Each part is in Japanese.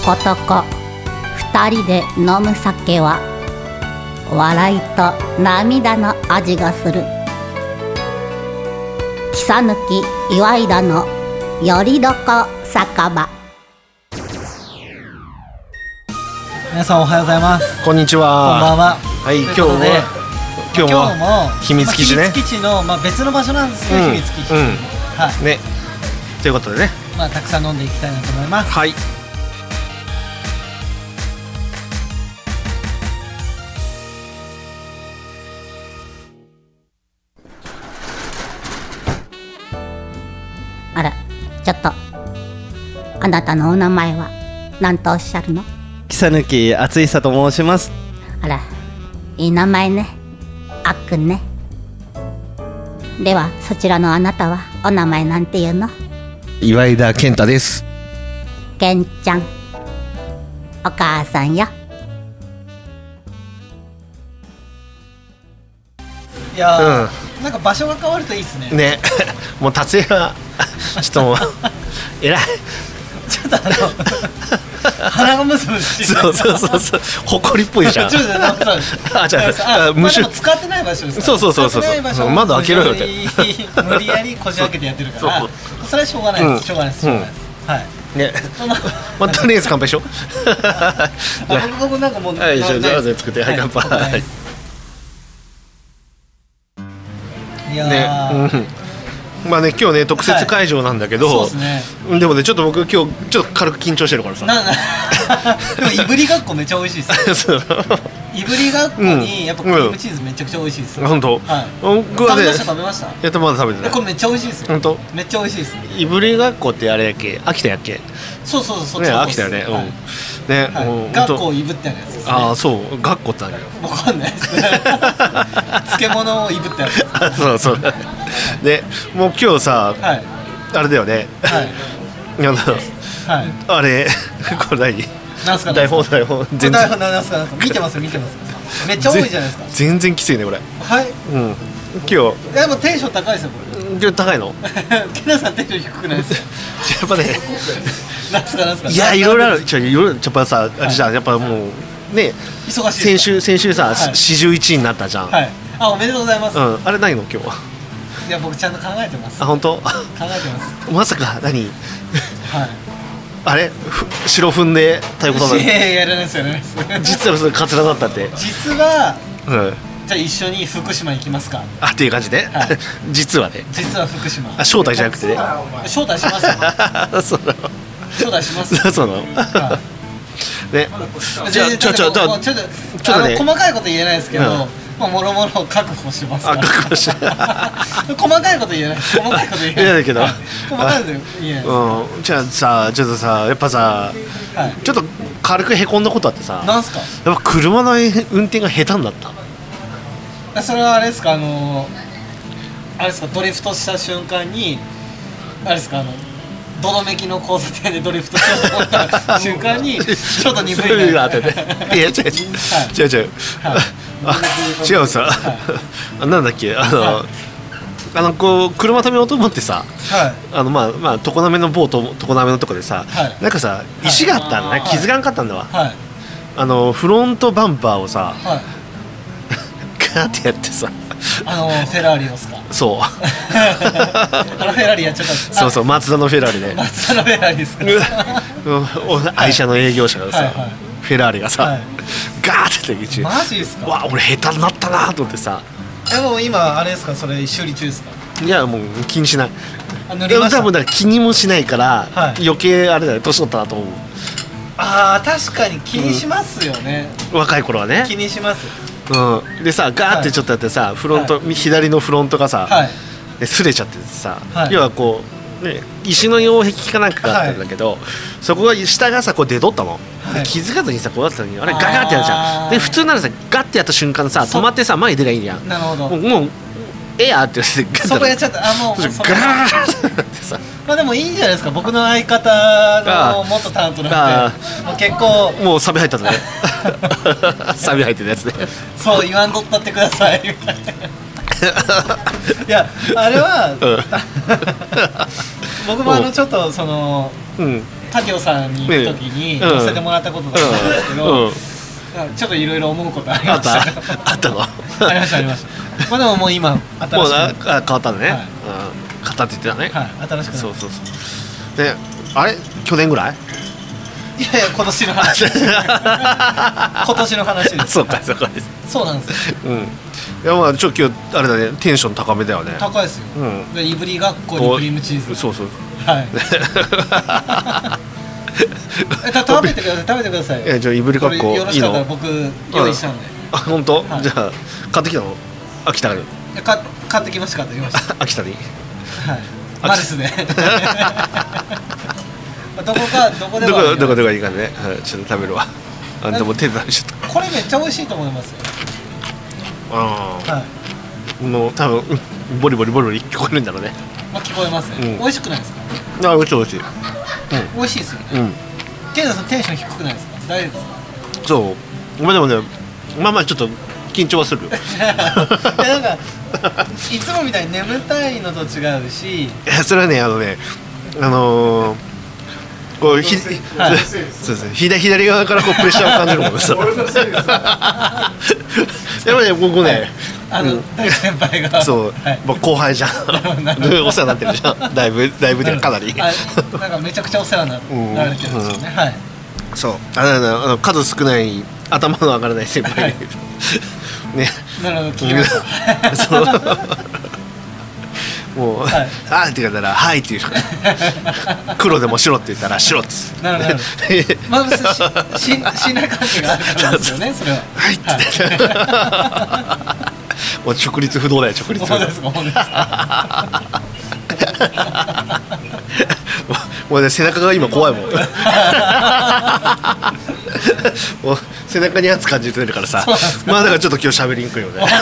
男二人で飲む酒は笑いと涙の味がする。草抜き岩井田のよりどこ酒場。 皆さんおはようございます。 こんにちは。 こんばんは。 はい、今日も秘密基地ね。 秘密基地の、別の場所なんですけど、秘密基地、はいね。ということでね、 たくさん飲んでいきたいなと思います。 はい。 あら、ちょっとあなたのお名前は何とおっしゃるの？ 草抜き厚久と申します。 あら、いい名前ね。あっくんね。ではそちらのあなたはお名前なんていうの？ 岩井田健太です。 けんちゃん、お母さんよ。 いやなんか場所が変わるといいですね。 ねもう達也はちょっともう偉い。 ちょっと鼻がムズムズしてそう誇りっぽいじゃん。 ちょっとあ、じゃあでも使ってない場所ですか？ そう窓開けろよって無理やりこじ開けてやってるからそれはしょうがないです。しょうがないです。はいね、とりあえず乾杯しよう。 僕なんかもうはい、じゃあ作って、はい、乾杯。 いやね、まあね、今日ね特設会場なんだけど、でもねちょっと僕今日ちょっと軽く緊張してるからさ。 でもいぶりがっこめっちゃ美味しいです。いぶりがっこにやっぱクリームチーズめちゃくちゃ美味しいです。 本当？僕はね、 食べました。 まだ食べてない。 これめっちゃ美味しいですよ。 本当？ めっちゃ美味しいです。 いぶりがっこってあれやっけ？秋田やっけ？そうね、秋田よね。ね、 がっこをいぶってあるやつですね。 ああ、そう、がっこってあるよ。 わかんないですね。漬物をいぶってあるやつ。 そうで、もう今日さ、あれだよね。あれ、これ何？台本全然見てます。めっちゃ多いじゃないですか。 全然きついねこれ。 はい。 今日でもテンション高いですよこれ。 今日高いの？ ケナさんテンション低くないですか？ やっぱね。 なんすか。 いや、いろいろある。ちょっとさ、あれじゃん、やっぱもうね。 忙しい。 先週さ、41位になったじゃん。 はい。あ、おめでとうございます。 あれないの今日は？ いや、僕ちゃんと考えてます。 あ、本当？ 考えてます。 まさか何？ はい。 あれ白踏んで太鼓叩く。 やらないです。 実はそれカツラだったって。 実は。じゃあ一緒に福島行きますか。 あ、っていう感じで。実はね。 実は福島。 招待じゃなくてね。 招待しますよ。 そうなの。 招待します。 そうなの。ね。ちょっとね。 細かいこと言えないですけど。もろもろ確保しますから。細かいこと言えない。言えないけど。細かいこと言えない。 じゃあさ、ちょっとさ、やっぱさ、ちょっと軽くへこんだことあってさ。 なんすか？ やっぱ車の運転が下手になった。 それはあれですか、あれですか、ドリフトした瞬間にあれですか、どどめきの交差点でドリフトしようと思った瞬間にちょっと鈍いなって。いや、違う違うさ、なんだっけ、こう車止めようと思ってさ、まあ常滑の某常滑のとこでさ、なんかさ石があったんだね。気づかんかったんだわ。フロントバンパーをさガーってやってさ、 フェラーリをすか？そう。フェラーリやっちゃった。 そう、マツダのフェラーリね。 マツダのフェラーリですか？ 愛車の営業者がさ、フェラーリがさ、ガーって言って、 マジですか？ わ、俺下手になったなと思ってさ。 もう今あれですか、それ修理中ですか？ いや、もう気にしない。多分だから気にもしないから余計あれだよ、年取ったなと思う。 ああ、確かに気にしますよね。 若い頃はね。 気にします。 でさ、ガーってちょっとやってさ、フロント、左のフロントがさ擦れちゃってさ、要はこうね、石の擁壁かなんかがあったんだけど、そこが下がさこう出とったの。気づかずにさこうやってたのに、あれガガってやるじゃん。で普通ならさガッてやった瞬間さ止まってさ前に出りゃいいじゃん。 なるほど。 もうエアーって言ってそこやっちゃった。もうガーってさ。 まあでもいいんじゃないですか。僕の相方の元担当なんてもう結構もうサビ入ったね。サビ入ってるやつね。 そう言わんとったってくださいみたいな。いやあれは僕もちょっとそのタキオさんに行く時に乗せてもらったことがあったんですけど、ちょっといろいろ思うことありました。 あったの？ ありました。まあでももう今新しくもう変わったね。 はい変わったって言ってたね。 はい、新しくなる。 そう。で、あれ去年ぐらい？ いや今年の話です。今年の話です。 そうかです。 そうなんですよ。 いやまあちょっと今日あれだね、テンション高めだよね。 高いですよ。でいぶりがっこにクリームチーズ。 そう。 はい。食べてください。 じゃあいぶりがっこよろしかったら僕用意したんで。 あ、本当？ はい、 じゃあ買ってきたの？秋田に。 買ってきました。 秋田に。 はい。マルスで。どこでもどこいいかね。はい、ちょっと食べるわ。でも手で食べちゃった。 これめっちゃ美味しいと思いますよ。 はい。もう多分ボリボリ聞こえるんだろうね。 まあ聞こえますね。美味しくないですか？ 美味しい。 美味しいですよね。ケンタさんテンション低くないですか？大丈夫ですか？ そう。まあでもね、まあちょっと緊張はするよ。 なんかいつもみたいに眠たいのと違うし。 いやそれはねこうそうですね、左側からこうプレッシャーを感じるもんですよ。でもね僕ね大先輩がそう後輩じゃん。お世話になってるじゃん。だいぶでかなり。 なんかめちゃくちゃお世話になられてるんですよね。はい。 そう数少ない頭の上がらない先輩ね。 なるほど、聞きました。 そうもうあーって言ったらはいって言うしか黒でも白って言ったら白っつ。 なるほど。まあ信頼関係があるからですよね。それははいってもう直立不動だよ。直立不動。もうね背中が今怖いもん。もう背中に圧感じてるからさ。まあだからちょっと今日喋りにくいよね。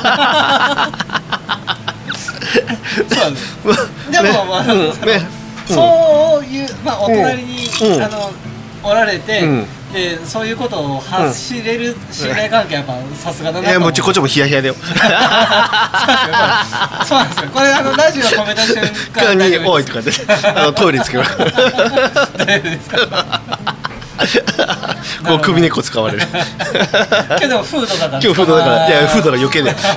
そうです。でもそういうお隣におられて、でそういうことを発しれる信頼関係やっぱさすがだなと。いやもうこっちもヒヤヒヤだよ。 そうなんですよ。これラジオ止めた瞬間においとかでトイレにつける。 大丈夫ですか？ こう首根っこ使われる。 けどフードだから。 今日フードだから。いやフードが余計だよ。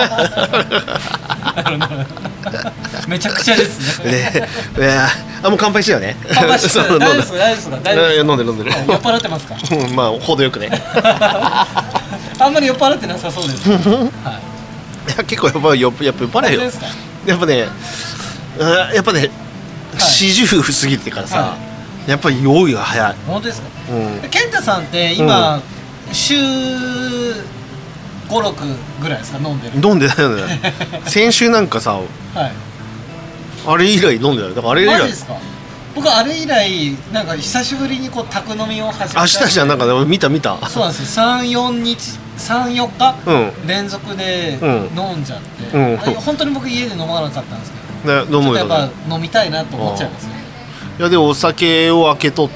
めちゃくちゃですね。 もう乾杯しようね。 乾杯して。大丈夫ですか？ 飲んでる。 酔っ払ってますか？ まあ程よくね。 あんまり酔っ払ってなさそうです。はい。 いや結構やっぱ酔っ払うよ。やっぱね40過ぎてからさ、やっぱり酔いが早い。 本当ですか？健太さんって今週5、6ぐらいですか？飲んでないよね。先週なんかさ、あれ以来飲んでない。だからあれ以来。 マジですか？僕あれ以来なんか久しぶりにこう宅飲みを始めた。 明日じゃんなんか見た。 そうなんですよ。3、4日連続で飲んじゃって、本当に僕家で飲まなかったんですけど、ちょっとやっぱ飲みたいなと思っちゃいますね。 いやでお酒を開けとって、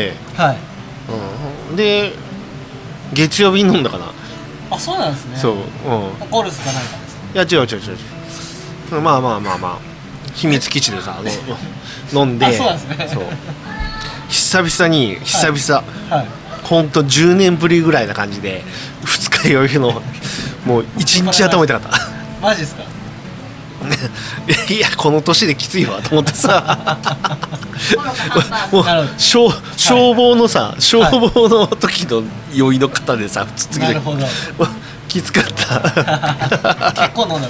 で月曜日に飲んだかな。 あ、そうなんですね。 そう、 ゴルフかなんかですか？ いや違う。まあ秘密基地でさ飲んで。 そうなんですね。 そう久々ほんと10年ぶりぐらいな感じで二日酔いのもう1日頭痛かった。 マジですか？ いやこの年できついわと思ってさ。もう消防の時の酔いの方でさ次のきつかった。 結構飲んだ。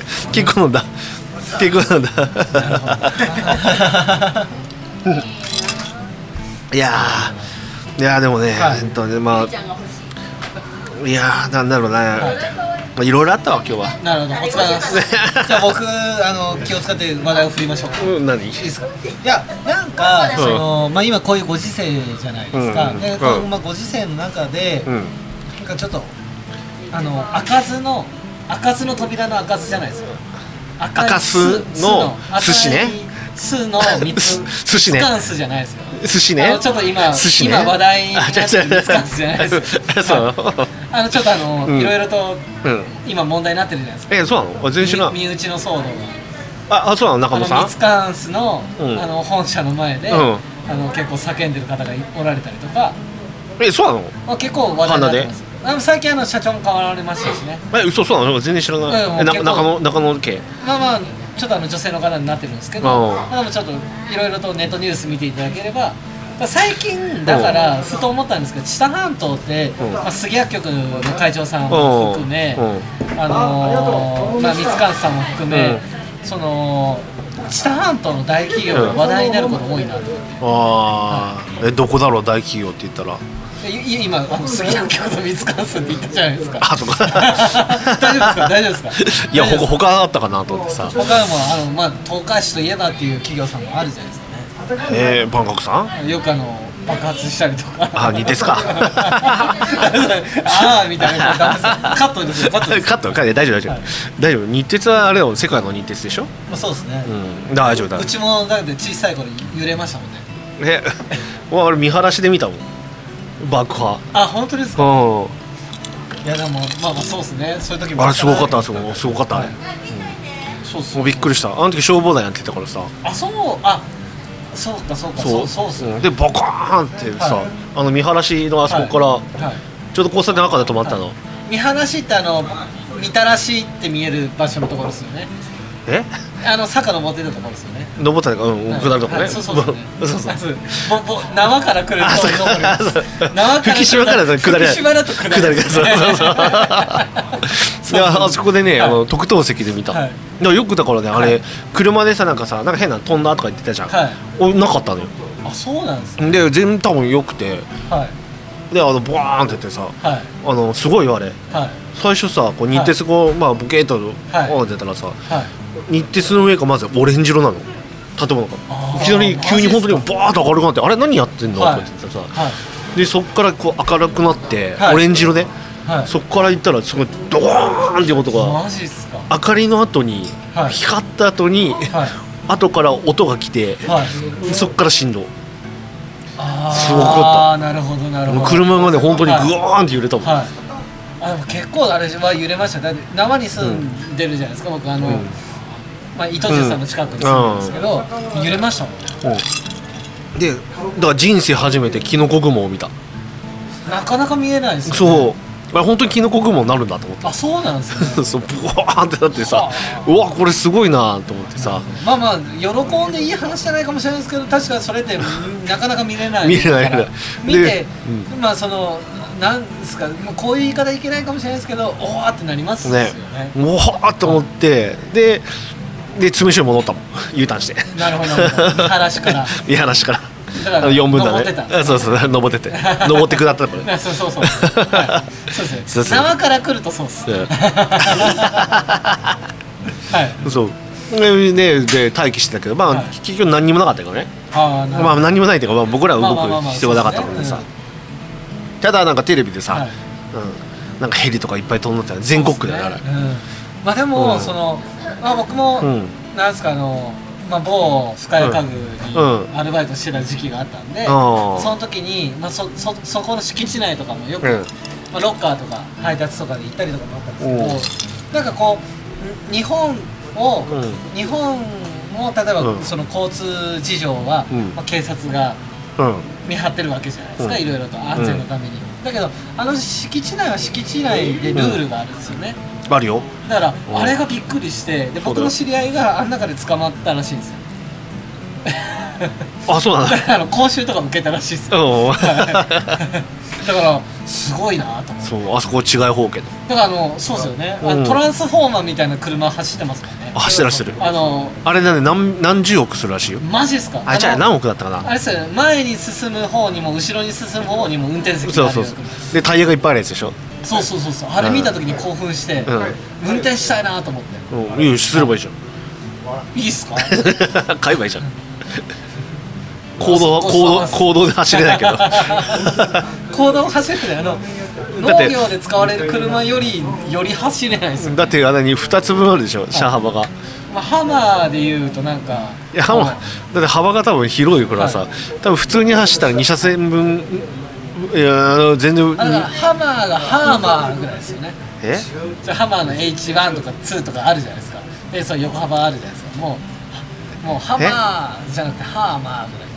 いやでもね、まあいやなんだろうな、いろいろあったわ今日は。 なるほど、お疲れ様です。じゃあ僕気を使って話題を振りましょうか。 何？いいですか？いやなんか今こういうご時世じゃないですか。でご時世の中でなんかちょっと開かずの扉の開かずじゃないですか。 開かすの寿司ね。 すの3つ。寿司ね。スカンスじゃないですよ。 寿司ね。 ちょっと今話題になってるスカンスじゃないです。そう。ちょっといろいろと今問題になってるじゃないですか。 そうなの？全然知らん。 身内の騒動が。 そうなの？中野さん？ ミツカンスの本社の前で結構叫んでる方がおられたりとか。 そうなの？ 結構話題になってます。最近社長も変わられましたしね。 そうなの？全然知らない。中野系。 まあちょっと女性の方になってるんですけど、でもちょっといろいろとネットニュース見ていただければ、最近だからふと思ったんですけど、知多半島って、杉薬局の会長さんも含め、三津寛さんも含め、その知多半島の大企業が話題になること多いなと思って。 どこだろう大企業って言ったら。 今杉薬局の三津寛さんって言ったじゃないですか。 そうか。 大丈夫ですか。 いや他あったかなと思ってさ。 他も東海市といえばっていう企業さんもあるじゃないですかね。 バンコクさん？ よく爆発したりとか。 日鉄か。 みたいな。カットですよ。カット。 大丈夫。日鉄はあれだよ、世界の日鉄でしょ。 そうですね。 大丈夫だ。 うちもだって小さい頃揺れましたもんね。 俺見晴らしで見たもん。爆破。 本当ですか。いやでもそうですね。そういう時もあれすごかった。すごかったね。もうびっくりした。あの時消防団やってたからさ。そうかそうっすね。でバカーンってさ、見晴らしのあそこからちょうど交差点の中で止まったの。 見晴らしって見たらしって見える場所のところですよね。坂登ってたところですよね。 登ったのか、下るとこね。 そう縄から来ると登る。 吹島から下り。 吹島だと下り。 あそこでね、特等席で見た。よくだからね、あれ車でさなんか変な飛んだとか言ってたじゃん。なかったのよ。 そうなんですで全部多分良くて。でボワーンってってさ、すごいよあれ。最初さ日鉄ボケーっと出たらさ、日鉄の上がまずオレンジ色なの建物が。いきなり急に本当にバーッと明るくなって、あれ何やってんのって言ってさ、でそっから明るくなってオレンジ色で、そっから行ったらすごいドワーンっていう音が、明かりの後に光った後に後から音が来て、そっから振動。すごかった。 なるほど。 車がね本当にグワーンって揺れたもん。 結構あれは揺れました。だって生に住んでるじゃないですか。僕糸地さんの近くに住んでるんですけど、揺れましたもんね。 でだから人生初めてキノコ雲を見た。 なかなか見えないですよね。 そう本当にキノコ雲になるんだと思って。 そうなんですね。 そうブワーンってなってさ、うわこれすごいなと思ってさ。 喜んでいい話じゃないかもしれないですけど、確かにそれってなかなか見れない。 見てなんですか、こういう言い方いけないかもしれないですけど、おーってなりますよね。 おーって思って、で詰め所に戻ったもん、U ターンして。 なるほど。見晴らしから。 見晴らしから。4分だね。そう登ってて登って下ったこれ。 そうですね。縄から来るとそうっす。 そうで待機してたけど、結局何にもなかったけどね。何にもないっていうか、僕らは動く必要がなかったのでさ。ただなんかテレビでさ、なんかヘリとかいっぱい飛んでた全国区だから。 でも僕もなんですか某深谷家具にアルバイトしてた時期があったんで、その時にそこの敷地内とかもよくロッカーとか配達とかで行ったりとかもあったんですけど、なんか日本も例えばその交通事情は警察が見張ってるわけじゃないですか、いろいろと安全のために。だけど敷地内は敷地内でルールがあるんですよね。 あるよ。 だからあれがびっくりして、で僕の知り合いがあん中で捕まったらしいんですよ。 そうなんだ。 だから講習とか受けたらしいですよ。だからすごいなと思って。 そう、あそこ違い方けど。 だからそうですよね。トランスフォーマーみたいな車走ってますもんね。 走ってる。あれなんで何十億するらしいよ。 マジですか。 じゃあ何億だったかな。 あれですよね。前に進む方にも後ろに進む方にも運転席がある。 そうでタイヤがいっぱいあるやつでしょ。 そうあれ見た時に興奮して運転したいなと思って。 いいよ、すればいいじゃん。いいっすか。 買えばいいじゃん。公道で走れないけど。 公道走れない。農業で使われる車より走れないですよ。 だって2つ分あるでしょ、車幅が。 ハマーでいうとなんか。 だって幅が多分広いからさ、多分普通に走ったら2車線分。いや全然。 ハマーがハーマーぐらいですよね。ハマーの H1 とか2とかあるじゃないですか。で横幅あるじゃないですか。もうハマーじゃなくてハーマーぐらい。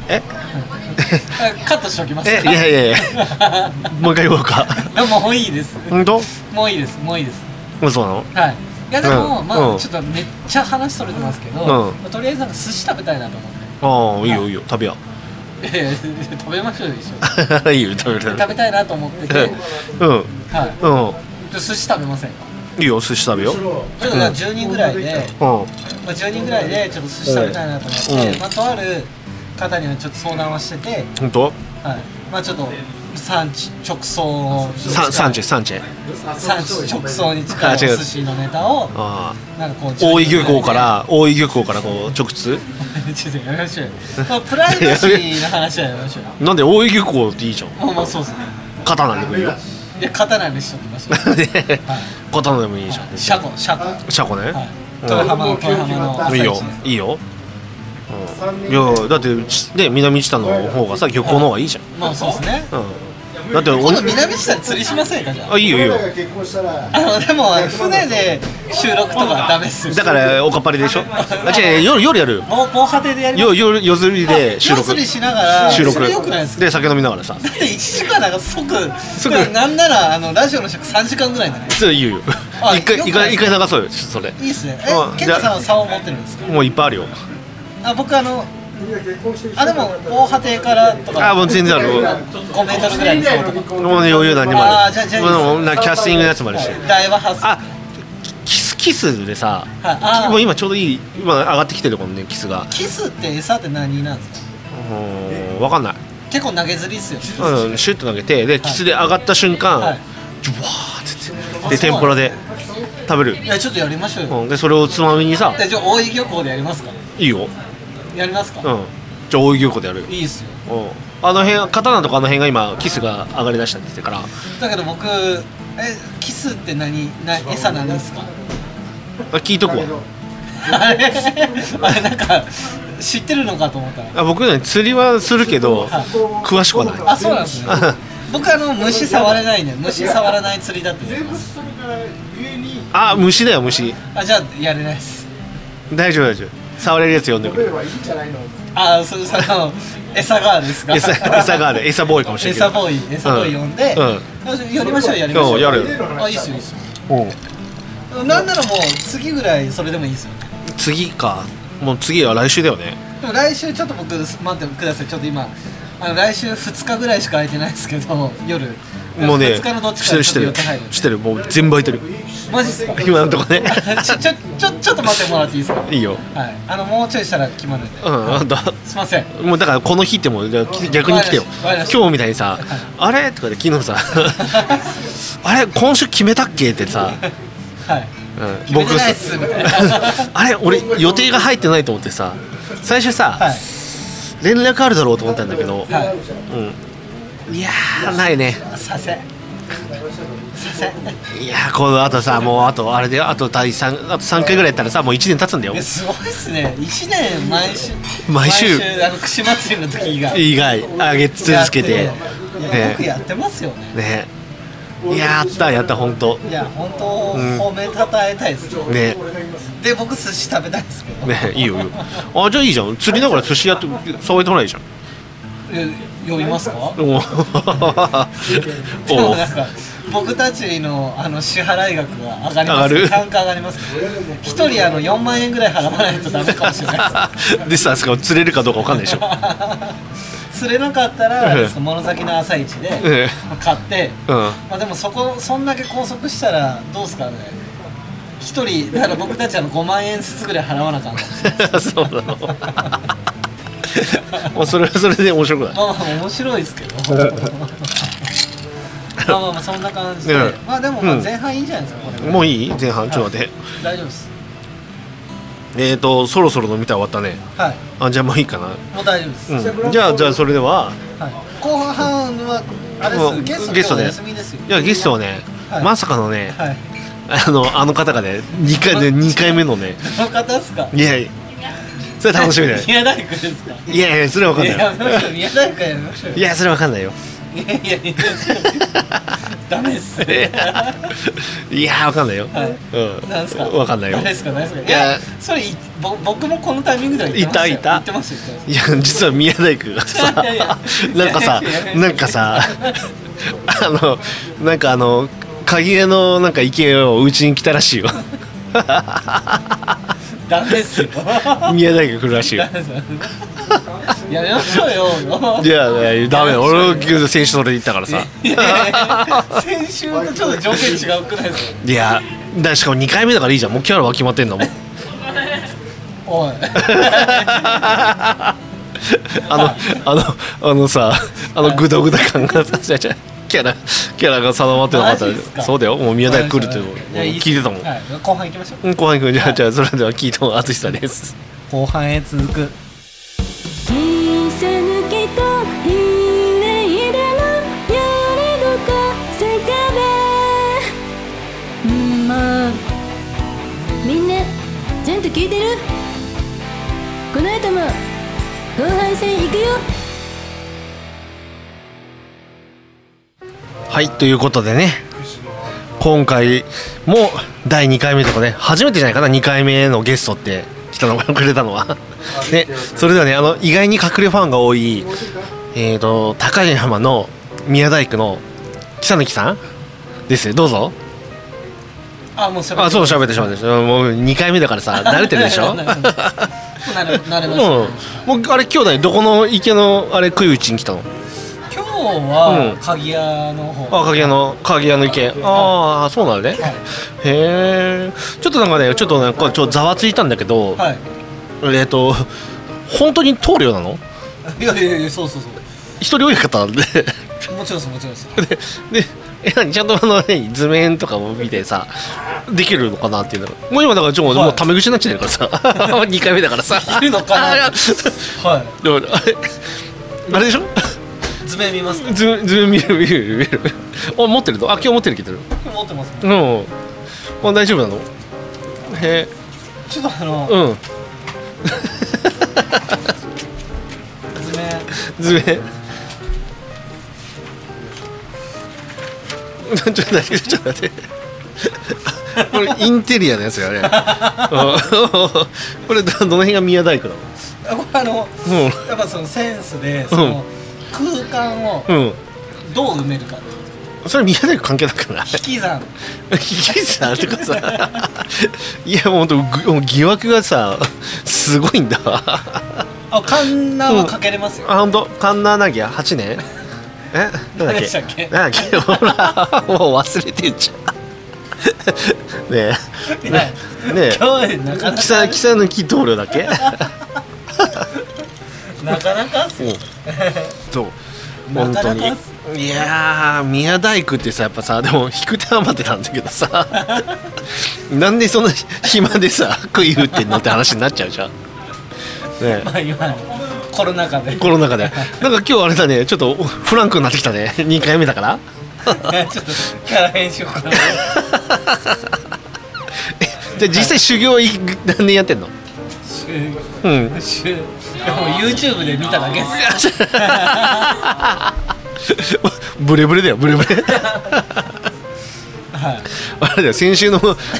カットしておきますいやいやいやもう一回言おうかもういいです。 本当？ もういいです。もういいです。 そうなの？ はい。いやでも、まあうんちょっとめっちゃ話それてますけど、 うんまあとりあえずなんか寿司食べたいなと思って。 ああいいよいいよ食べよいやいや食べましょうよ一緒に。 いいよ食べる食べたいなと思ってて、はい。 うん寿司食べませんか？ いいよ寿司食べよちょっと10人ぐらいで、まあ10人ぐらいでちょっと寿司食べたいなと思って、まあとある方にはちょっと相談をしてて、 本当？ はい。まあちょっと産地直送産地直送に近いお寿司のネタをなんかこう大井漁港からこう直通ちょっとやめましょうよまあプライバシーの話はやめましょうよなんで大井漁港っていいじゃんまあそうですね刀でもいいよいや刀にしときましょうで刀でもいいじゃんシャコね豊浜のいいよいいよいやだってね南知多の方がさ漁港の方がいいじゃんまあそうですねだって今度南知多で釣りしませんかじゃあいいよいいよでも船で収録とかはダメっすよだからおかっぱりでしょ違う夜やる防波堤でやります夜釣りで収録夜釣りしながら収録それよくないですかで酒飲みながらさだって1時間なんか即なんならラジオの尺3時間ぐらいだねそれいいよ一回流そうよそれいいっすねケンタさんは竿を持ってるんですかもういっぱいあるよ僕でも防波堤からとかもう全然ある 5メートルぐらいの竿とかもう余裕何にもあるじゃあキャスティングのやつもあるし大和ハウスキスでさもう今ちょうどいい今上がってきてるもんねキスがキスって餌って何なんですか分かんない結構投げ釣りっすよシュッと投げてでキスで上がった瞬間ジュワーってで天ぷらで食べるいやちょっとやりましょうよでそれをつまみにさじゃあ大井漁港でやりますかいいよやりますかじゃあ大井漁港でやるいいっすよあの辺刀とかあの辺が今キスが上がりだしたって言ってからだけど僕キスって餌なんですか聞いとくわあれなんか知ってるのかと思ったら僕ね釣りはするけど詳しくはないそうなんですね僕虫触れないね虫触らない釣りだって言います虫だよ虫じゃあやれないです大丈夫触れるやつ呼んでくれその餌ガールですか餌ガール餌ボーイかもしれない餌ボーイ呼んでやりましょうやりましょうやるいいっすよいいっすよなんならもう次ぐらいそれでもいいっすよ次かもう次は来週だよねでも来週ちょっと僕待ってくださいちょっと今来週2日ぐらいしか空いてないですけど夜もうね 2日のどっちかしてるもう全部空いてるマジっすか今のとこねちょっと待ってもらっていいですかいいよはいもうちょいしたら決まるんですいませんもうだからこの日ってもう逆に来てよ今日みたいにさあれとかで昨日さあれ今週決めたっけってさ僕あれ俺予定が入ってないと思ってさ最初さ連絡あるだろうと思ったんだけどいやーないねさせいやこのあとさもうあとあれであと3回ぐらいやったらさもう1年経つんだよすごいっすね1年毎週串祭りの時以外あげ続けてよくやってますよねやった本当いや本当褒めたたえたいですねで僕寿司食べたいですけどねいいよじゃあいいじゃん釣りながら寿司やって騒いでもないじゃん呼びますか僕たちの支払い額が上がります単価上がります1人4万円ぐらい払わないとダメかもしれないでさ釣れるかどうか分かんないでしょ釣れなかったら物崎の朝市で買ってでもそんだけ拘束したらどうですかね1人だから僕たち5万円ずつぐらい払わなかったそうなのもうそれはそれで面白くない面白いですけどまあそんな感じででも前半いいんじゃないですかこれもういい前半ちょっと待って大丈夫ですそろそろ飲みたい終わったねじゃあもういいかなもう大丈夫ですじゃあそれでは後半はあれですゲストで休みですよいやゲストはねまさかのねあの方がね2回目のねこの方ですかいやそれ楽しみだよ宮大工ですかいやそれは分かんない宮大工やりましょういやそれは分かんないよダメっすいやわかんないよ、 なんすかわかんないよ。 誰ですかいやそれ僕もこのタイミングでは言ってましたよ。 いや実は宮大工がさなんかさ鍵屋のなんか意見をうちに来たらしいよダメっすよ宮大工来るらしいよやめましょうよいやダメだ、俺先週それで言ったからさ先週とちょっと条件違うくないですか。 いやしかも2回目だからいいじゃん、もうキャラは決まってんだもんおいさグダグダ感がさキャラが定まってなかったらそうだよ、もう宮大工来るって聞いてたもん。 後半行きましょう。 後半行く。じゃあそれでは聞いても淳さんです。 後半へ続く。 みんなちゃんと聞いてる？この後も後半戦行くよ。 はい、ということでね、今回も第2回目とかね、初めてじゃないかな、2回目のゲストって来たのくれたのはね、それではね、意外に隠れファンが多い高山の宮大工の北貫さんですね。どうぞ。 もうそう喋ってもう2回目だからさ慣れてるでしょ慣れました、 もうあれ今日ね、どこの池のあれ食いうちに来たの？ 今日は鍵屋の方、 鍵屋の池、そうなんだね、へえ。ちょっとなんかね、ちょっとざわついたんだけど、本当に棟梁なの？ いやそう一人親方なんでもちろんですで何ちゃんと図面とかも見てさできるのかなっていうのもう今だからもうタメ口になっちゃってるからさ2回目だからさできるのかなはいあれでしょ図面見ますか？ 図面見る持ってるの？今日持ってるけど持ってます大丈夫なの？へえ。 ちょっと図面ちょっと待ってこれインテリアのやつよねこれどの辺が宮大工なの？ これやっぱそのセンスでその空間をどう埋めるか、 それ宮大工関係なくない？ 引き算とかさいやもうほんと疑惑がさすごいんだわカンナはかけれますよ。 ほんとカンナなぎゃ8年なんだっけほらもう忘れてんじゃんねえ草抜き棟梁だっけなかなかっすよそう本当に。いや宮大工ってさやっぱさでも引く手余ってたんだけどさなんでそんな暇でさ食い打ってんのって話になっちゃうじゃんね。 今コロナ禍でなんか今日あれだね、ちょっとフランクになってきたね2回目だからちょっとキャラ変しようかなじゃあ実際修行何年やってんの？ でも YouTube で見ただけですブレブレだよブレブレあれだよ、先週の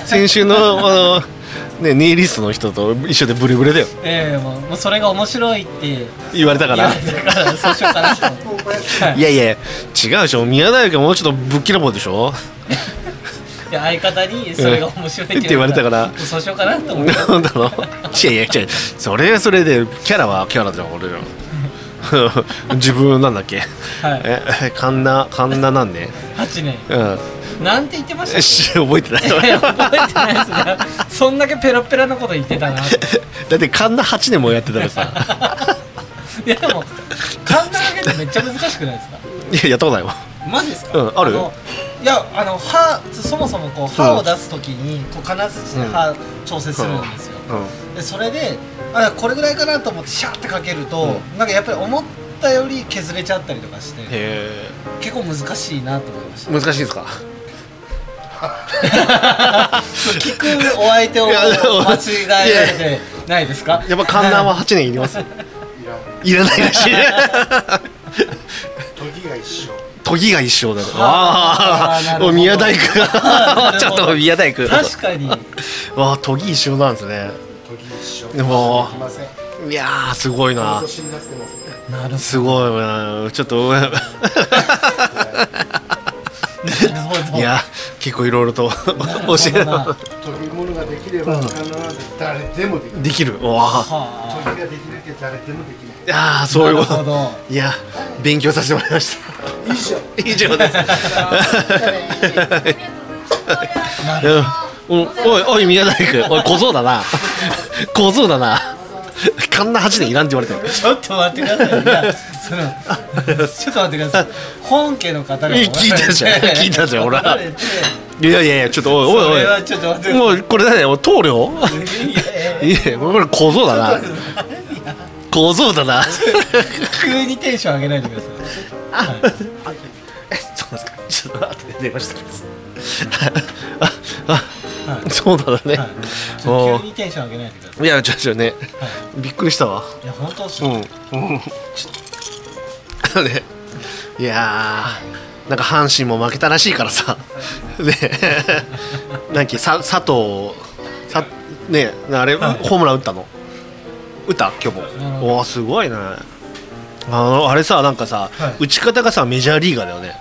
ネイリストの人と一緒でブレブレだよ。 もうそれが面白いって言われたからそうしようかなといや違うでしょ、宮大工もうちょっとぶっきらぼうでしょいや相方にそれが面白いって言われたからそうしようかなと思ってなんだろういやそれはそれでキャラはキャラじゃん俺ら自分なんだっけ、カンナ何年 ？8年。なんて言ってました覚えてない覚えてないですねそんだけペラペラなこと言ってたなだってカンナ8年もやってたらさいやでもカンナだけってめっちゃ難しくないですか？ いややったことないわ。 マジですか？ ある？ いや歯そもそも歯を出すときに金槌で歯調整するんですよ、でそれでこれぐらいかなと思ってシャーってかけると、なんかやっぱり思ったより削れちゃったりとかして結構難しいなと思いました。 難しいですか？ 聞くお相手を間違えられてないですか？ やっぱカンナは8年いりますいらないらしい時が一緒都議が一緒だね。 あーなるほど宮大工がちょっと宮大工確かにわあ都議一緒なんですね。でもいやーすごいな。 なるほどすごいな。ちょっとなるほどいや結構いろいろと教えなるほどな研ぎ物ができれば誰でもできる。 できる。わあ研ぎができなきゃ誰でもできない。 いやーそういうこと。 なるほどいや勉強させてもらいました。以上です。おい宮大工、おい小僧だな。小僧だな。カンナ8年いらんって言われてる。 ちょっと待ってください。いやちょっと待ってください。本家の方が聞いたじゃん聞いたじゃん俺は。 おられていやいやいやちょっとおいおいそれはちょっと待っておいもうこれ何だよ棟梁。 いやいやいやこれ小僧だな。小僧だな。 急にテンション上げないでください。 そうですか。ちょっと後で電話してきます。そうだね。 はいちょっと急にテンション上げないでください。 いやちょっとねびっくりしたわ。 いや本当っすうんね。 ねいやーなんか阪神も負けたらしいからさねなんか佐藤ねあれ、 はいホームラン打ったの打った今日も。おおすごいね。あれさなんかさ、 はい打ち方がさメジャーリーガーだよね。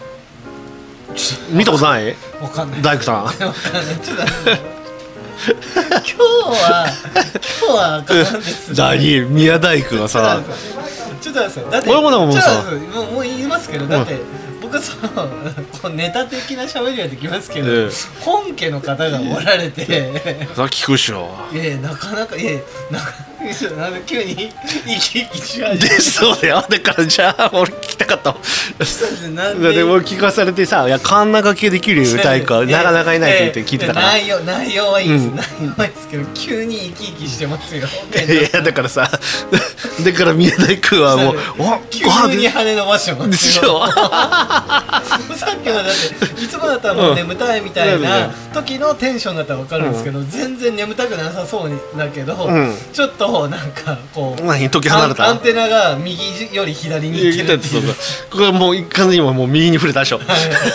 見たことないわかんない。 大工さん。 わかんない。ちょっと待って今日はかなんですね。 何宮大工がさちょっと待ってください。だって俺もなんかもうさちょっと待ってくださいもう言いますけどだって僕そのこうネタ的な喋りはできますけど、本家の方がおられてさ聞くっしょ。 いやいやなかなかいやいやなんか急に生き生きし始でめてそうだよ。だからじゃあ俺聞きたかったもん。 なんで俺聞かされてさ「いやカンナ掛けできる歌いかなかなかいない」って言って聞いてたから。い内容はいいです、内容はいいですけど急に生き生きしてますよやだからさだから宮大工はもう急に羽伸ばしてまよですしょ。 さっきのだっていつもだったらもう眠たいみたいな時のテンションだったら分かるんですけど、全然眠たくなさそうだけど、 んちょっとなんかこう何時離れたアンテナが右より左に行ってるっていうそうこれはもう完全にもう右に触れたでしょ。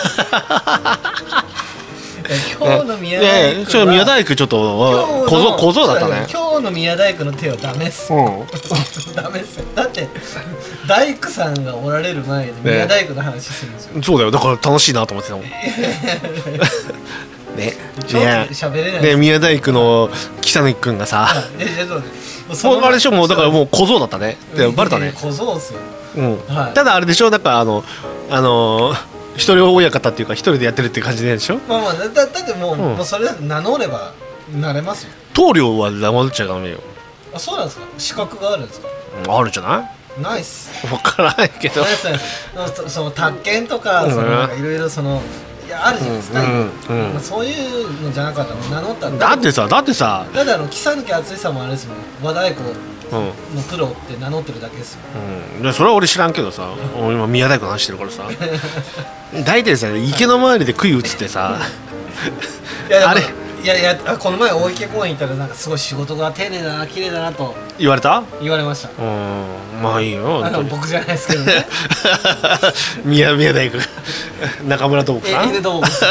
今日の宮いや大工いやちょっと宮大工ちょっと小僧だったね。 今日の宮大工の手はダメっす、ダメっすよ。だって大工さんがおられる前で宮大工の話するんですよ、 そうだよ。だから楽しいなと思ってたもん。ねちょっと喋れないね宮大工の北野君がさもうあれでしょ。もうだからもう小僧だったね。でバレたね。 小僧っすよ。 ただあれでしょ。だから一人親方っていうか一人でやってるっていう感じでしょ。 まあだってもうそれだって名乗ればなれますよ。 棟梁は名乗っちゃダメよ。 あ、そうなんですか。資格があるんですか。 あるんじゃない。 ナイス。 分からないけど。 ナイスナイス。その宅建とかいろいろいやあるじゃないですか、まあ、そういうのじゃなかったら名乗ったらだってさだって木更木敦さんもあれですもん和太鼓のプロって名乗ってるだけですよ、 でそれは俺知らんけどさ俺今宮大工の話してるからさ大体さ池の周りで杭打つってさあれいやこの前大池公園行ったらなんかすごい仕事が丁寧だな綺麗だなと言われました。 まあいいよ。 僕じゃないですけどね。 宮大工中村智子さん。 犬智子さ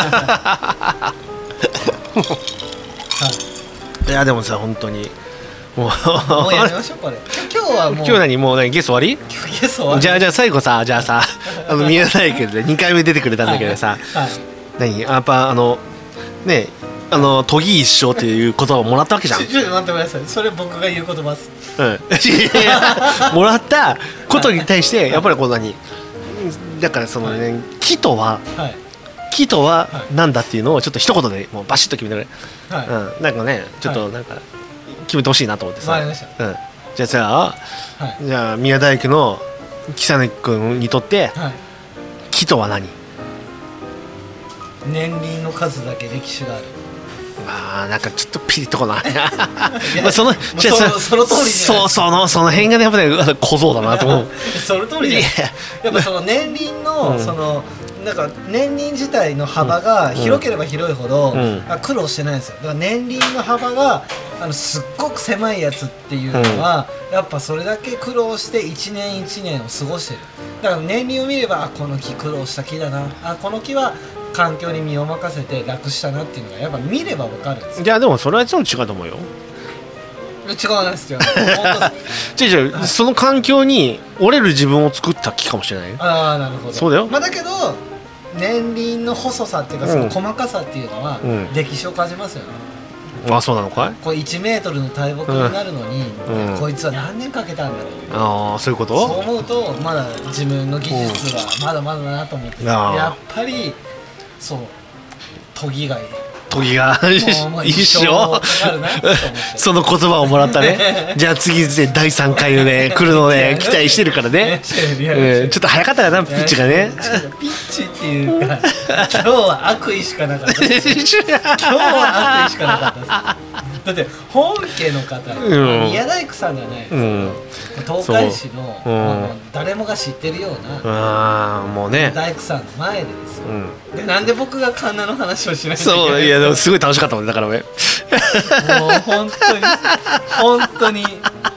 ん。いやでもさ本当にもうやめましょうこれ。今日はもう。 今日何もうゲスト終わり？ ゲスト終わり。 じゃあ最後さ宮大工で2回目出てくれたんだけどさ、何やっぱね都議一生っていう言葉をもらったわけじゃん。 ちょっと待ってください。それ僕が言う言葉です。 もらったことに対してやっぱりこうだからそのね木とはなんだっていうのをちょっと一言でもうバシッと決めてくれ。なんかねちょっとなんか決めてほしいなと思ってさ。 わかりました。 じゃあ宮大工の北根君にとって木とは何？ 年輪の数だけ歴史がある。 なんかちょっとピリッとこない。 その通りその辺がねやっぱり小僧だなと思う。 その通りじゃない。やっぱその年輪のなんか年輪自体の幅が広ければ広いほど苦労してないんですよ。だから年輪の幅がすっごく狭いやつっていうのは、やっぱそれだけ苦労して1年1年を過ごしてる。だから年輪を見れば、この木苦労した木だな、この木は環境に身を任せて楽したなっていうのがやっぱ見れば分かるんですよ。 いやでもそれはちょっと違うと思うよ。 違わないですよ。本当違う、その環境に折れる自分を作った木かもしれない。 ああ、なるほど。 そうだよ。 だけど年輪の細さっていうか、その細かさっていうのは歴史を感じますよね。 あ、そうなのかい。 これ1メートルの大木になるのに、こいつは何年かけたんだろう。 ああ、そういうこと。 そう思うとまだ自分の技術はまだまだだなと思って、やっぱりそう研ぎがいい。 研ぎが一緒。その言葉をもらったね。じゃあ次で第3回のね来るのね期待してるからね。ちょっと早かったよな、ピッチがね。 ピッチっていうか、今日は悪意しかなかったです。今日は悪意しかなかったです。だって本家の方、宮大工さんじゃないですか。東海市の誰もが知ってるようなもうね大工さんの前でですよ。で、なんで僕がカンナの話をしないといけない。 そう、いやでもすごい楽しかったもんね。だから俺もう本当に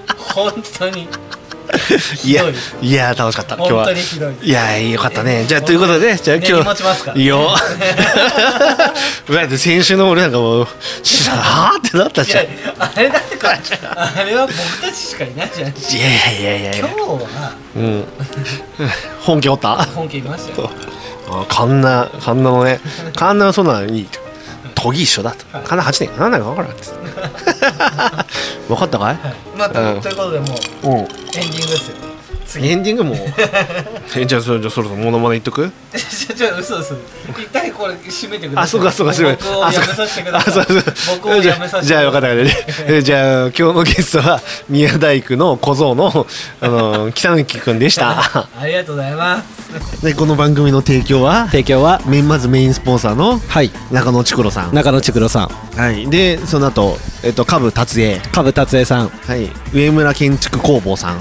いや楽しかった今日は。 本当にひどい。 いやよかったね。じゃあということで、じゃあ今日持ちますか。 いいよ。だって先週の俺なんかもうはーってなったじゃん。 あれだってか、あれは僕たちしかいないじゃん。いや今日は本家おった。 本家いましたよ。 カンナのね、カンナはそんなのいいと。研ぎ一緒だと。カンナ8年何年か分からんって。分かったかい。 ということでもうエンディングですよ。 エンディングもじゃあそろそろモノマネ言っとく。 じゃあ嘘一体これ締めてください。 そうか僕をやめさせてください。僕をやめさせてください。 じゃあ分かったね。じゃあ今日のゲストは宮大工の小僧の北貫くんでした。 ありがとうございます。 でこの番組の提供はまずメインスポンサーの中野ちくろさん。はい。でその後下部達也さん。 はい。上村建築工房さん。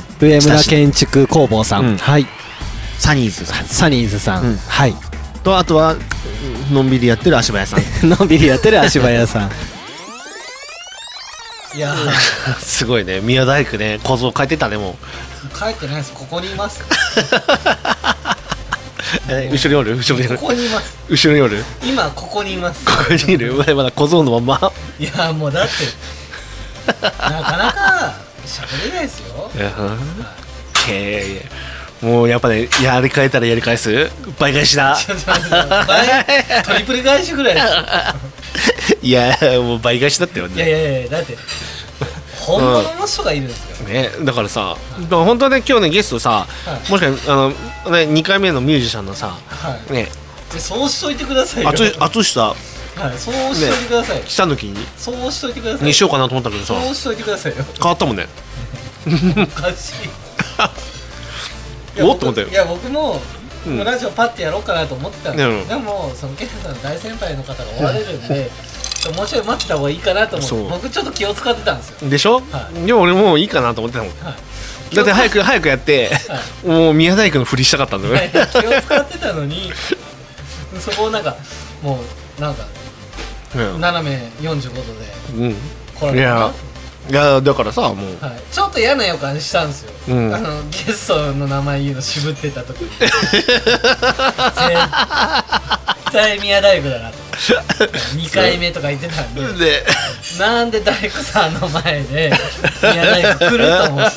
はい。 サニーズさん。 はい。 とあとはのんびりやってる足早さん。 いやすごいね。宮大工ね、小僧書いてたね。もう書いてないです。ここにいます。 後ろにおる。 ここにいます。 後ろにおる。 今ここにいます。 ここにいる。まだ小僧のまま。 いやもうだってなかなか喋れないですよ。 もうやっぱね、やり替えたらやり返す倍返しだ。 トリプル返しぐらいですよ。 いやもう倍返しだったよね。 いやだって本物の人がいるんですよ。 ね、だからさ、本当はね今日ねゲストさ、もしか2回目のミュージシャンのさ、ね、 そうしといてくださいよ。 淳さ、 そうしといてください。 北抜きにそうしといてください。 にしようかなと思ったけどさ、 そうしといてくださいよ。 変わったもんね。 おかしい。 おっと思ったよ。 いや僕もラジオパッてやろうかなと思ってたんですけど、でもそのケンさんの大先輩の方がおられるんで、もうちょい待ってた方がいいかなと思って、僕ちょっと気を使ってたんですよ。 でしょ。でも俺もういいかなと思ってたもん。だって早くやってもう宮大工のふりしたかったんだよね。 気を使ってたのに、そこをなんかもうなんか斜め45度で来られた。 いやだからさ、もうちょっと嫌な予感したんですよ。ゲストの名前言うの渋ってた時に絶対宮大工だなと。2回目とか言ってたんで、なんで大工さんの前で宮大工来ると思って。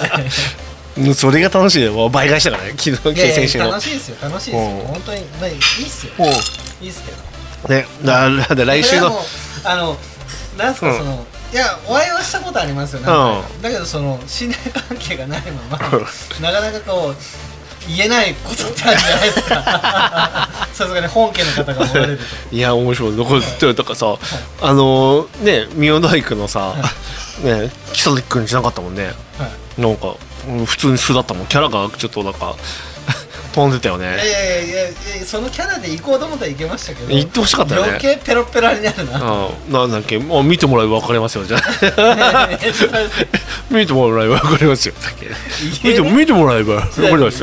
それが楽しいよ。もう倍返しだからね。昨日先週の。 楽しいですよ。本当にいいっすよ。いいっすけどね。だ来週のなんすかその。いやお会いはしたことありますよね。だけどその信頼関係がないままなかなかこう言えないことってあるじゃないですか。さすがに本家の方がおられると。 いや面白い。だからさ、ね宮大工のさ、ね北崎君じゃなかったもんね。なんか普通に素だったもん。キャラがちょっとなんか飛んでたよね。 いやそのキャラで行こうと思ったら行けましたけど、 行ってほしかったよね。 余計ペロペラになるな。 なんだっけ、見てもらえば分かりますよ。じゃあ見てもらえば分かりますよ。見てもらえば分かりますよ。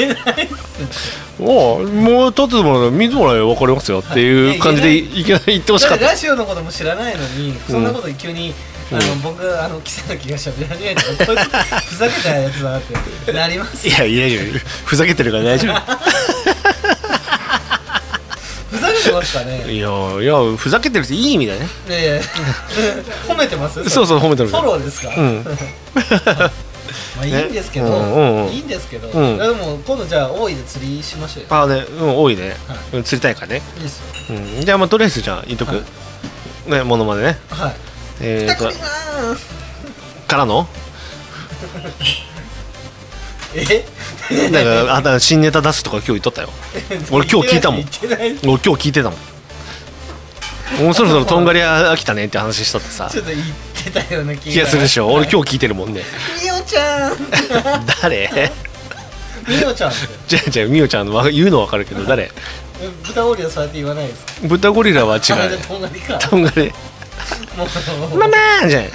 もう立ってもらえば見てもらえば分かりますよっていう感じで言ってほしかった。 ラジオのことも知らないのにそんなこと急に僕木更木が喋り始めたらこいつふざけたやつだってなります。 いや大丈夫、ふざけてるから大丈夫。 ふざけてますかね。 いやふざけてるっていい意味だね。 褒めてます。 そう褒めてる。 フォローですか。まあいいんですけど、いいんですけど、でも今度じゃあ大井で釣りしましょうよ。 多いね、釣りたいからね。 いいですよ。 じゃあとりあえずじゃあ言っとくね、ものまでね。 はい。 からのだから新ネタ出すとか今日言っとったよ。俺今日聞いたもん。俺今日聞いてたもん。もうそろそろとんがり飽きたねって話しとってさ。 ちょっと言ってたような気がするでしょ。俺今日聞いてるもんね。 みおちゃん。 誰？ みおちゃん。 じゃあみおちゃん言うの分かるけど誰？ 豚ゴリラそうやって言わないですか。 豚ゴリラは違う。 とんがりか。 とんがり。ママーじゃん。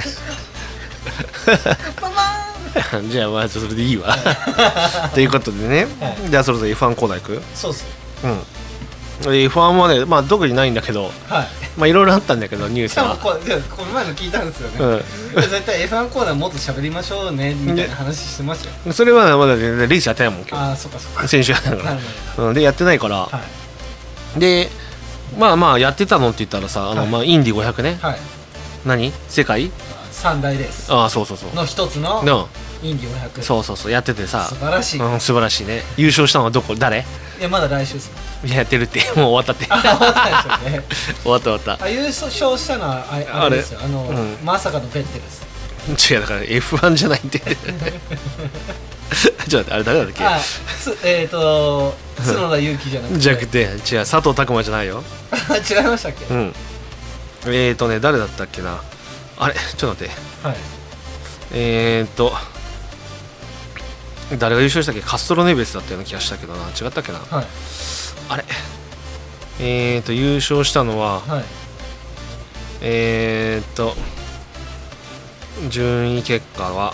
ママじゃあそれでいいわ。ということでね、じゃあそろそろ F1 コーナー行く。 そうっす。 F1 はね、特にないんだけど、いろいろあったんだけどニュースは。 この前の聞いたんですよね。絶対 F1 コーナーもっと喋りましょうねみたいな話してましたよ。 それはまだレースやってないもん今日。 ああそっかそっか。 先週やったから。でやってないから。でやってたのって言ったらさ、インディ500ね。何？世界 3大レース。 そうの一つのインディ500。 そうやっててさ。 素晴らしい。 素晴らしいね。優勝したのは誰？ いやまだ来週です。 やってるってもう終わったって。 終わったんですよね。終わった。 優勝したのはあれですよ。まさかのベッテルです。 違うだから F1 じゃないって。ちょっとあれ誰だっけ？ 角田裕樹じゃなくて。 じゃなくて違う佐藤拓磨じゃないよ。 違いましたっけ？ 誰だったっけな。あれちょっと待って。誰が優勝したっけ？カストロネベスだったような気がしたけどな。違ったっけな。あれ優勝したのは順位結果は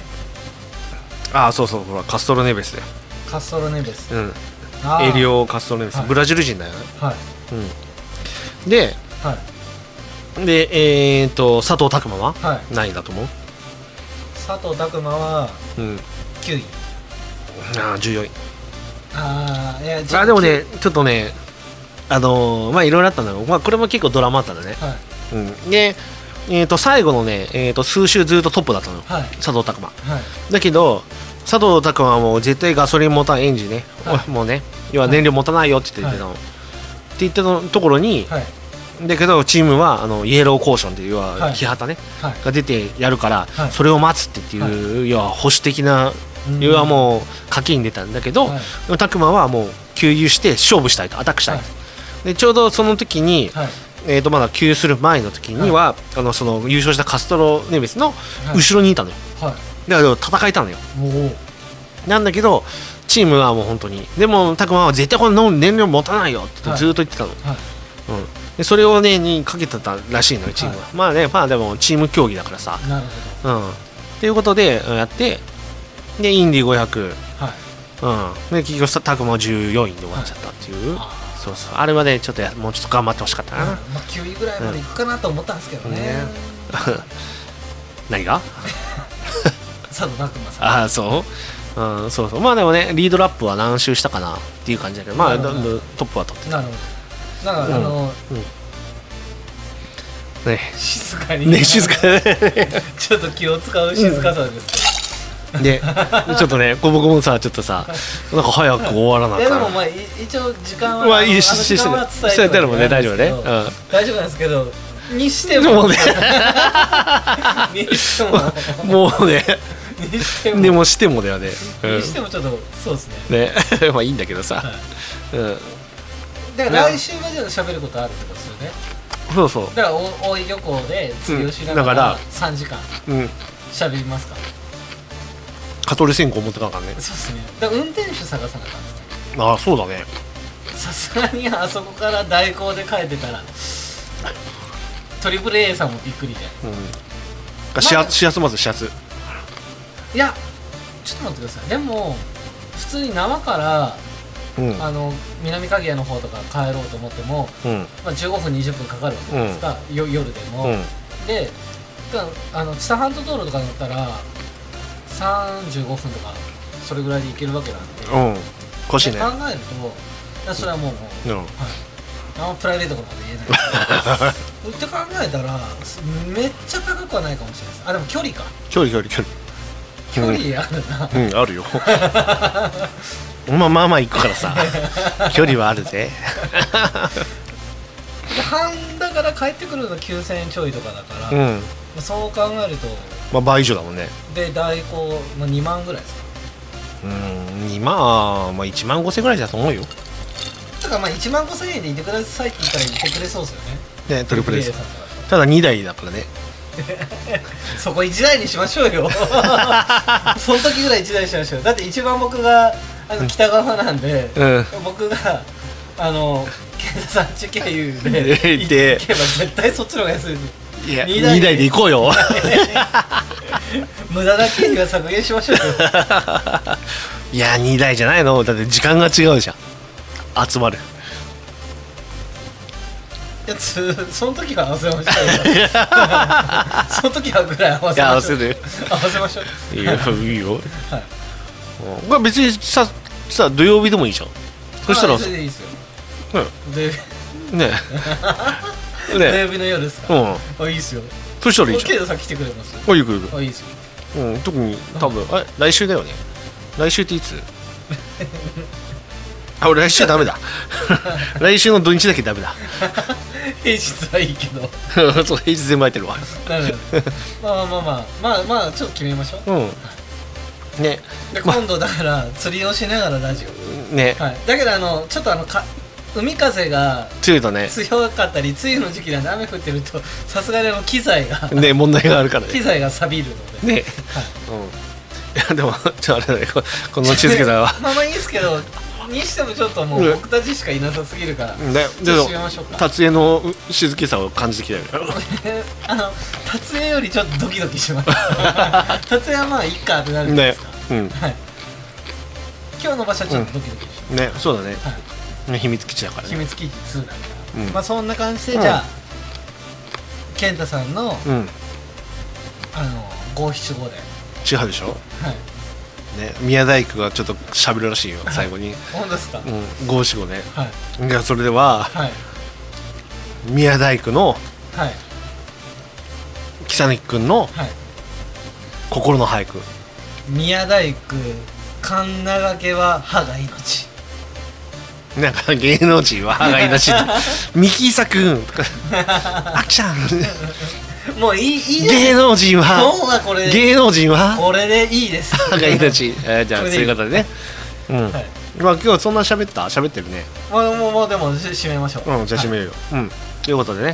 そうほらカストロネベスだよ。 カストロネベス。 エリオ・カストロネベス、ブラジル人だよね。で佐藤拓磨は何位だと思う？ 佐藤拓磨は9位。 14位。 でもねちょっとねいろいろあったんだけど、これも結構ドラマあったんだね。で最後のね数周ずっとトップだったのよ、佐藤拓磨。だけど佐藤拓磨はもう絶対ガソリン持たないエンジンね、もうね要は燃料持たないよって言ってたの。って言ってたところに、だけどチームはイエローコーションっていう要は木旗ねが出てやるからそれを待つっていう要は保守的な要はもう賭けに出たんだけど、拓磨はもう給油して勝負したいと、アタックしたいと。でちょうどその時にまだ給油する前の時にはその優勝したカストロネベスの後ろにいたのよ。だから戦えたのよ。なんだけどチームはもう本当にでも拓磨は絶対この燃料持たないよってずっと言ってたの。でそれをねにかけてたらしいのよチームは。でもチーム競技だからさ。っていうことでやってでインディ500、で結局拓磨は14位で終わっちゃったっていう。あれはねちょっともうちょっと頑張ってほしかったな。 9位ぐらいまでいくかなと思ったんですけどね。 何が？ 佐藤拓磨さん。 そう。でもねリードラップは何周したかなっていう感じだけど、トップは取ってた。 なるほど。だから静かにね静かにちょっと気を使う静かさですけど。 でちょっっと僕もさちょっとさなんか早く終わらなかった。 でも一応時間は伝えてるもんね。 大丈夫ね。 大丈夫なんですけどにしてもねもうねでもしてもだよね。 にしてもちょっとそうですね。 いいんだけどさ。 だから来週まで喋ることあるってことですよね。 そうだから大井漁港で釣りをしながら3時間喋りますか。 蚊取り線香持ってたからね。 そうですね。だから運転手探さなかったんです。 そうだね。 さすがにあそこから代行で帰ってたらトリプル A さんもびっくりで。 始発まず始発。 いやちょっと待ってください。でも普通に縄から南鍵屋の方とか帰ろうと思っても、15分20分かかるわけですか、夜でも。で知多半島道路とかだったら35分とかそれぐらいで行けるわけなんで、 腰ね。 考えるとそれはもう、はい、あんまプライベートなこと言えないって考えたらめっちゃ高くはないかもしれないです。あ、でも距離か。 距離あるな。 あるよまあ行くからさ距離はあるぜ半だから帰ってくるの9000円ちょいとかだから、そう考えると、 まあ、倍以上だもんね。 で代行、2万ぐらいですか。 2万、まあ、1万5000ぐらいだと思うよ。 だから1万5000円でいてくださいって言ったらいてくれそうですよね。 ね、トリプル A さん。ただ2台だからねそこ1台にしましょうよその時ぐらい1台にしましょう。だって一番僕が北側なんで、僕が健太さんち経由で行けば絶対そっちの方が安いです。 いや2台で行こうよ無駄な経費は削減しましょうよいや2台じゃないの。だって時間が違うじゃん、集まるやつ。その時は合わせましょうよその時はぐらい合わせましょう。合わせましょう。 いいよ、はい、別にさ土曜日でもいいじゃん。そしたらそれでいいですよ。土曜日ね土曜日の夜ですか。いいですよ。 そしたらいいじゃん。 ケイトさん来てくれます。 行く。 いいですよ。 特に多分来週だよね。来週っていつ俺来週ダメだ来週の土日だけダメだ平日はいいけどそう、平日全部空いてるわなるほど。まあちょっと決めましょう。ね。で今度だから釣りをしながらラジオね。はい。だけどちょっと海風が強いとね、強かったり梅雨の時期なんで雨降ってるとさすがに機材がね、問題があるからね。 機材が錆びるのでね。はい。 いやでもちょっとあれだね、この静けさはまあいいですけど。にしてもちょっともう僕たちしかいなさすぎるから締めましょうか。 達江の静けさを感じてきたよ達江よりちょっとドキドキします達江はまあいいかってなるじゃないですか、はい、今日の場所はちょっとドキドキしますね。そうだね、はい、秘密基地だからね。 秘密基地2だから、まあそんな感じでじゃあ、健太さんの五七五で違うでしょ。はいね、宮大工がちょっと喋るらしいよ最後に。 本当ですか。 五七五ね。じゃあそれでは、宮大工の木更木くんの心の俳句。 宮大工かんながけは歯が命。 なんか芸能人は歯が命三木伊佐くんあきちゃんもういい芸能人は芸能人はこれでいいです歯が命じゃあそういうことでね。まあ今日そんな喋ってるね。 もうでも締めましょう。 じゃあ締めるよ。ということでね、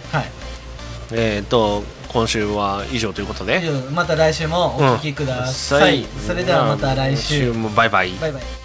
今週は以上ということで、 また来週もお聞きください。それではまた来週。 もバイバイ。 バイバイ。